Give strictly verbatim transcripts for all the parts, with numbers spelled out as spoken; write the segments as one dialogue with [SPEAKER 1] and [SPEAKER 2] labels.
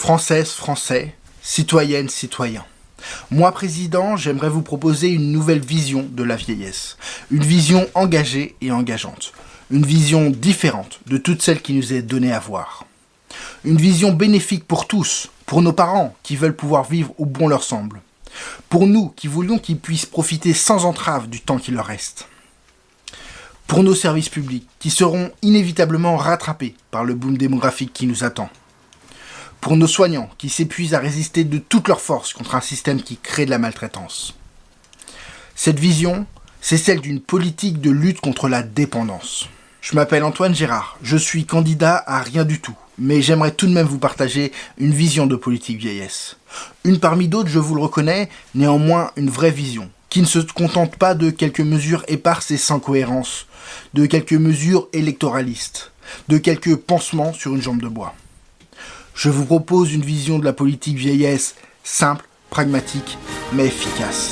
[SPEAKER 1] Françaises, Français, citoyennes, citoyens. Moi, président, j'aimerais vous proposer une nouvelle vision de la vieillesse. Une vision engagée et engageante. Une vision différente de toutes celles qui nous est donnée à voir. Une vision bénéfique pour tous, pour nos parents qui veulent pouvoir vivre où bon leur semble. Pour nous qui voulions qu'ils puissent profiter sans entrave du temps qui leur reste. Pour nos services publics qui seront inévitablement rattrapés par le boom démographique qui nous attend. Pour nos soignants qui s'épuisent à résister de toutes leurs forces contre un système qui crée de la maltraitance. Cette vision, c'est celle d'une politique de lutte contre la dépendance. Je m'appelle Antoine Gérard, je suis candidat à rien du tout, mais j'aimerais tout de même vous partager une vision de politique vieillesse. Une parmi d'autres, je vous le reconnais, néanmoins une vraie vision, qui ne se contente pas de quelques mesures éparses et sans cohérence, de quelques mesures électoralistes, de quelques pansements sur une jambe de bois. Je vous propose une vision de la politique vieillesse simple, pragmatique, mais efficace.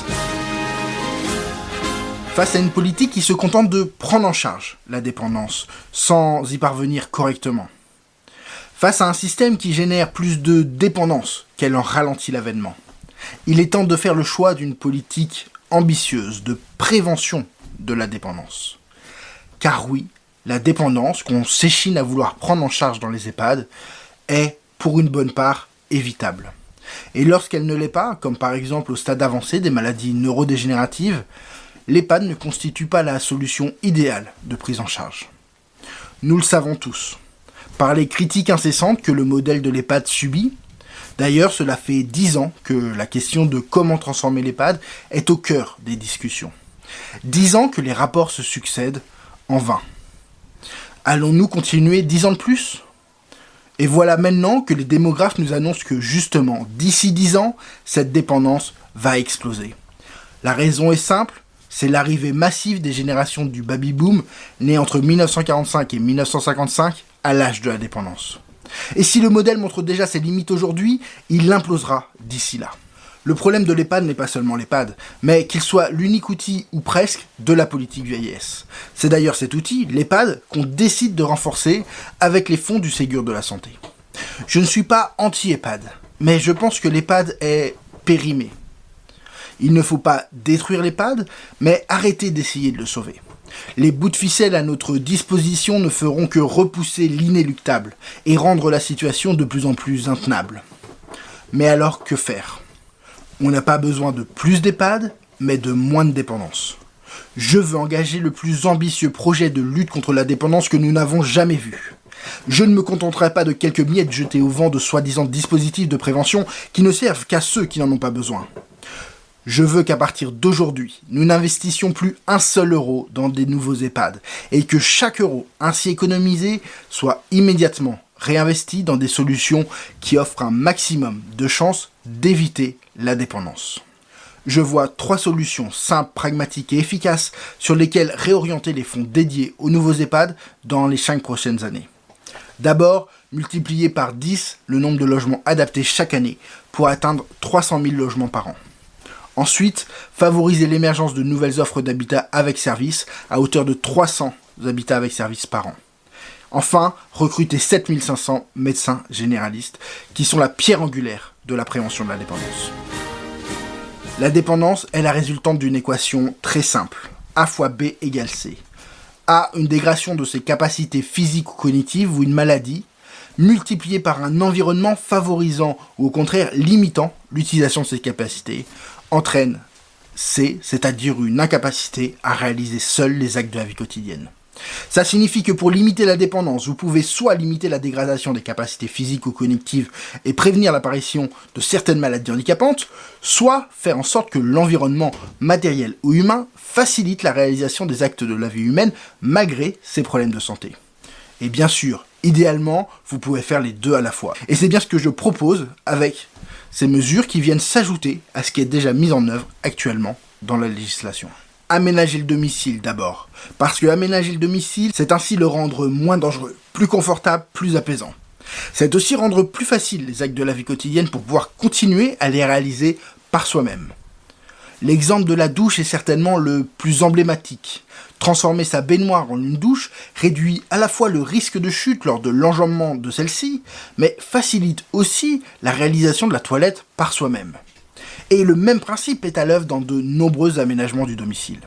[SPEAKER 1] Face à une politique qui se contente de prendre en charge la dépendance, sans y parvenir correctement. Face à un système qui génère plus de dépendance qu'elle en ralentit l'avènement. Il est temps de faire le choix d'une politique ambitieuse de prévention de la dépendance. Car oui, la dépendance qu'on s'échine à vouloir prendre en charge dans les EHPAD est, pour une bonne part, évitable. Et lorsqu'elle ne l'est pas, comme par exemple au stade avancé des maladies neurodégénératives, l'EHPAD ne constitue pas la solution idéale de prise en charge. Nous le savons tous, par les critiques incessantes que le modèle de l'EHPAD subit. D'ailleurs, cela fait dix ans que la question de comment transformer l'EHPAD est au cœur des discussions. Dix ans que les rapports se succèdent en vain. Allons-nous continuer dix ans de plus ? Et voilà maintenant que les démographes nous annoncent que justement, d'ici dix ans, cette dépendance va exploser. La raison est simple, c'est l'arrivée massive des générations du baby-boom, nées entre mille neuf cent quarante-cinq et mille neuf cent cinquante-cinq, à l'âge de la dépendance. Et si le modèle montre déjà ses limites aujourd'hui, il implosera d'ici là. Le problème de l'EHPAD n'est pas seulement l'EHPAD, mais qu'il soit l'unique outil, ou presque, de la politique vieillesse. C'est d'ailleurs cet outil, l'EHPAD, qu'on décide de renforcer avec les fonds du Ségur de la Santé. Je ne suis pas anti-EHPAD, mais je pense que l'EHPAD est périmé. Il ne faut pas détruire l'EHPAD, mais arrêter d'essayer de le sauver. Les bouts de ficelle à notre disposition ne feront que repousser l'inéluctable et rendre la situation de plus en plus intenable. Mais alors, que faire ? On n'a pas besoin de plus d'EHPAD, mais de moins de dépendance. Je veux engager le plus ambitieux projet de lutte contre la dépendance que nous n'avons jamais vu. Je ne me contenterai pas de quelques miettes jetées au vent de soi-disant dispositifs de prévention qui ne servent qu'à ceux qui n'en ont pas besoin. Je veux qu'à partir d'aujourd'hui, nous n'investissions plus un seul euro dans des nouveaux EHPAD et que chaque euro ainsi économisé soit immédiatement réinvesti dans des solutions qui offrent un maximum de chances d'éviter la dépendance. Je vois trois solutions simples, pragmatiques et efficaces sur lesquelles réorienter les fonds dédiés aux nouveaux EHPAD dans les cinq prochaines années. D'abord, multiplier par dix le nombre de logements adaptés chaque année pour atteindre trois cent mille logements par an. Ensuite, favoriser l'émergence de nouvelles offres d'habitat avec service à hauteur de trois cents habitats avec service par an. Enfin, recruter sept mille cinq cents médecins généralistes qui sont la pierre angulaire de la prévention de la dépendance. La dépendance est la résultante d'une équation très simple. A fois B égale C. A, une dégradation de ses capacités physiques ou cognitives ou une maladie, multipliée par un environnement favorisant ou au contraire limitant l'utilisation de ses capacités, entraîne C, c'est-à-dire une incapacité à réaliser seul les actes de la vie quotidienne. Ça signifie que pour limiter la dépendance, vous pouvez soit limiter la dégradation des capacités physiques ou cognitives et prévenir l'apparition de certaines maladies handicapantes, soit faire en sorte que l'environnement matériel ou humain facilite la réalisation des actes de la vie humaine malgré ses problèmes de santé. Et bien sûr, idéalement, vous pouvez faire les deux à la fois. Et c'est bien ce que je propose avec ces mesures qui viennent s'ajouter à ce qui est déjà mis en œuvre actuellement dans la législation. Aménager le domicile d'abord, parce que aménager le domicile, c'est ainsi le rendre moins dangereux, plus confortable, plus apaisant. C'est aussi rendre plus facile les actes de la vie quotidienne pour pouvoir continuer à les réaliser par soi-même. L'exemple de la douche est certainement le plus emblématique. Transformer sa baignoire en une douche réduit à la fois le risque de chute lors de l'enjambement de celle-ci, mais facilite aussi la réalisation de la toilette par soi-même. Et le même principe est à l'œuvre dans de nombreux aménagements du domicile.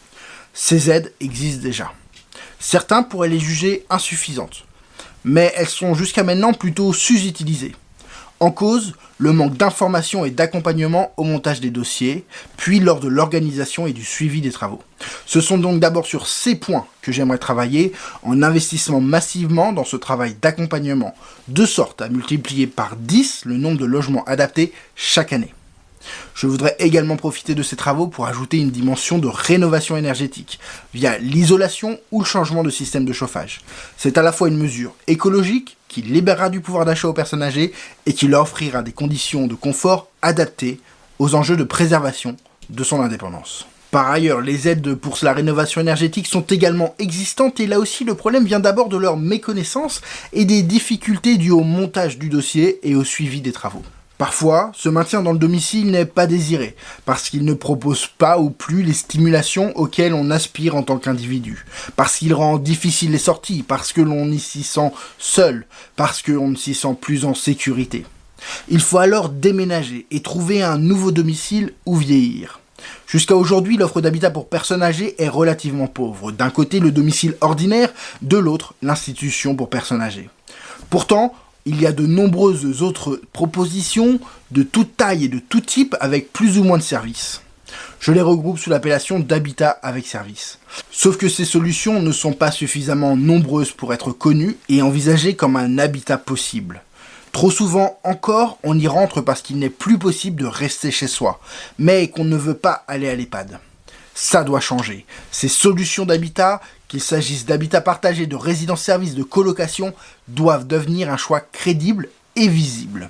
[SPEAKER 1] Ces aides existent déjà. Certains pourraient les juger insuffisantes, mais elles sont jusqu'à maintenant plutôt sous-utilisées. En cause, le manque d'information et d'accompagnement au montage des dossiers, puis lors de l'organisation et du suivi des travaux. Ce sont donc d'abord sur ces points que j'aimerais travailler en investissant massivement dans ce travail d'accompagnement, de sorte à multiplier par dix le nombre de logements adaptés chaque année. Je voudrais également profiter de ces travaux pour ajouter une dimension de rénovation énergétique, via l'isolation ou le changement de système de chauffage. C'est à la fois une mesure écologique, qui libérera du pouvoir d'achat aux personnes âgées et qui leur offrira des conditions de confort adaptées aux enjeux de préservation de son indépendance. Par ailleurs, les aides pour la rénovation énergétique sont également existantes et là aussi le problème vient d'abord de leur méconnaissance et des difficultés dues au montage du dossier et au suivi des travaux. Parfois, ce maintien dans le domicile n'est pas désiré, parce qu'il ne propose pas ou plus les stimulations auxquelles on aspire en tant qu'individu, parce qu'il rend difficile les sorties, parce que l'on s'y sent seul, parce que l'on ne s'y sent plus en sécurité. Il faut alors déménager et trouver un nouveau domicile où vieillir. Jusqu'à aujourd'hui, l'offre d'habitat pour personnes âgées est relativement pauvre. D'un côté, le domicile ordinaire, de l'autre, l'institution pour personnes âgées. Pourtant, il y a de nombreuses autres propositions de toute taille et de tout type avec plus ou moins de services. Je les regroupe sous l'appellation d'habitat avec service. Sauf que ces solutions ne sont pas suffisamment nombreuses pour être connues et envisagées comme un habitat possible. Trop souvent encore, on y rentre parce qu'il n'est plus possible de rester chez soi, mais qu'on ne veut pas aller à l'EHPAD. Ça doit changer. Ces solutions d'habitat, qu'il s'agisse d'habitat partagé, de résidence-service, de colocation, doivent devenir un choix crédible et visible.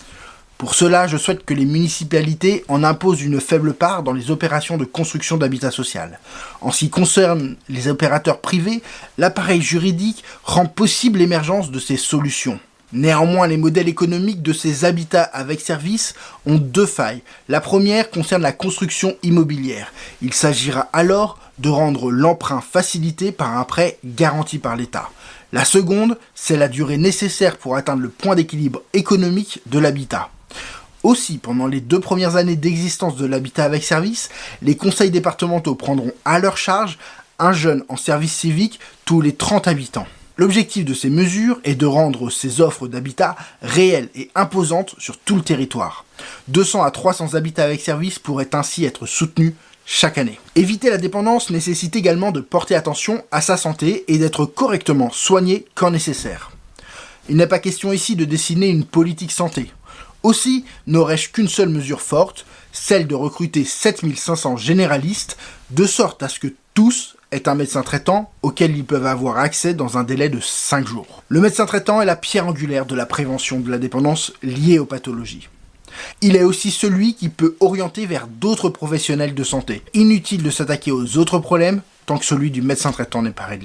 [SPEAKER 1] Pour cela, je souhaite que les municipalités en imposent une faible part dans les opérations de construction d'habitat social. En ce qui concerne les opérateurs privés, l'appareil juridique rend possible l'émergence de ces solutions. Néanmoins, les modèles économiques de ces habitats avec service ont deux failles. La première concerne la construction immobilière. Il s'agira alors de rendre l'emprunt facilité par un prêt garanti par l'État. La seconde, c'est la durée nécessaire pour atteindre le point d'équilibre économique de l'habitat. Aussi, pendant les deux premières années d'existence de l'habitat avec service, les conseils départementaux prendront à leur charge un jeune en service civique tous les trente habitants. L'objectif de ces mesures est de rendre ces offres d'habitat réelles et imposantes sur tout le territoire. deux cents à trois cents habitats avec service pourraient ainsi être soutenus chaque année. Éviter la dépendance nécessite également de porter attention à sa santé et d'être correctement soigné quand nécessaire. Il n'est pas question ici de dessiner une politique santé. Aussi, n'aurais-je qu'une seule mesure forte, celle de recruter sept mille cinq cents généralistes, de sorte à ce que tous aient un médecin traitant auquel ils peuvent avoir accès dans un délai de cinq jours. Le médecin traitant est la pierre angulaire de la prévention de la dépendance liée aux pathologies. Il est aussi celui qui peut orienter vers d'autres professionnels de santé. Inutile de s'attaquer aux autres problèmes tant que celui du médecin traitant n'est pas réglé.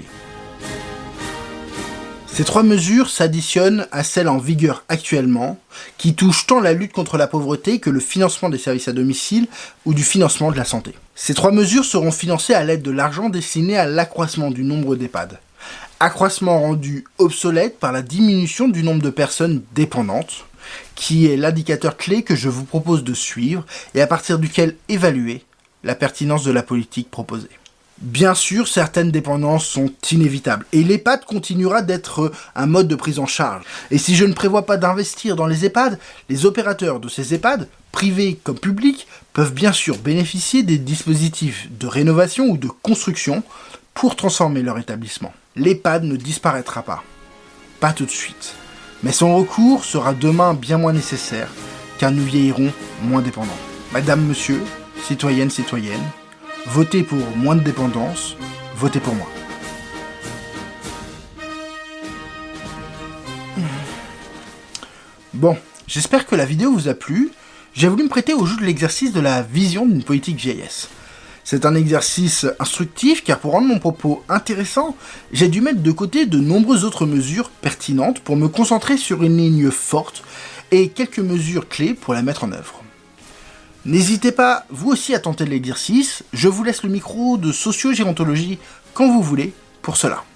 [SPEAKER 1] Ces trois mesures s'additionnent à celles en vigueur actuellement, qui touchent tant la lutte contre la pauvreté que le financement des services à domicile ou du financement de la santé. Ces trois mesures seront financées à l'aide de l'argent destiné à l'accroissement du nombre d'EHPAD. Accroissement rendu obsolète par la diminution du nombre de personnes dépendantes, qui est l'indicateur clé que je vous propose de suivre et à partir duquel évaluer la pertinence de la politique proposée. Bien sûr, certaines dépendances sont inévitables et l'EHPAD continuera d'être un mode de prise en charge. Et si je ne prévois pas d'investir dans les EHPAD, les opérateurs de ces EHPAD, privés comme publics, peuvent bien sûr bénéficier des dispositifs de rénovation ou de construction pour transformer leur établissement. L'EHPAD ne disparaîtra pas. Pas tout de suite. Mais son recours sera demain bien moins nécessaire, car nous vieillirons moins dépendants. Madame, monsieur, citoyennes, citoyennes, votez pour moins de dépendance, votez pour moi. Bon, j'espère que la vidéo vous a plu. J'ai voulu me prêter au jeu de l'exercice de la vision d'une politique vieillesse. C'est un exercice instructif car pour rendre mon propos intéressant, j'ai dû mettre de côté de nombreuses autres mesures pertinentes pour me concentrer sur une ligne forte et quelques mesures clés pour la mettre en œuvre. N'hésitez pas, vous aussi, à tenter l'exercice. Je vous laisse le micro de sociogérontologie quand vous voulez pour cela.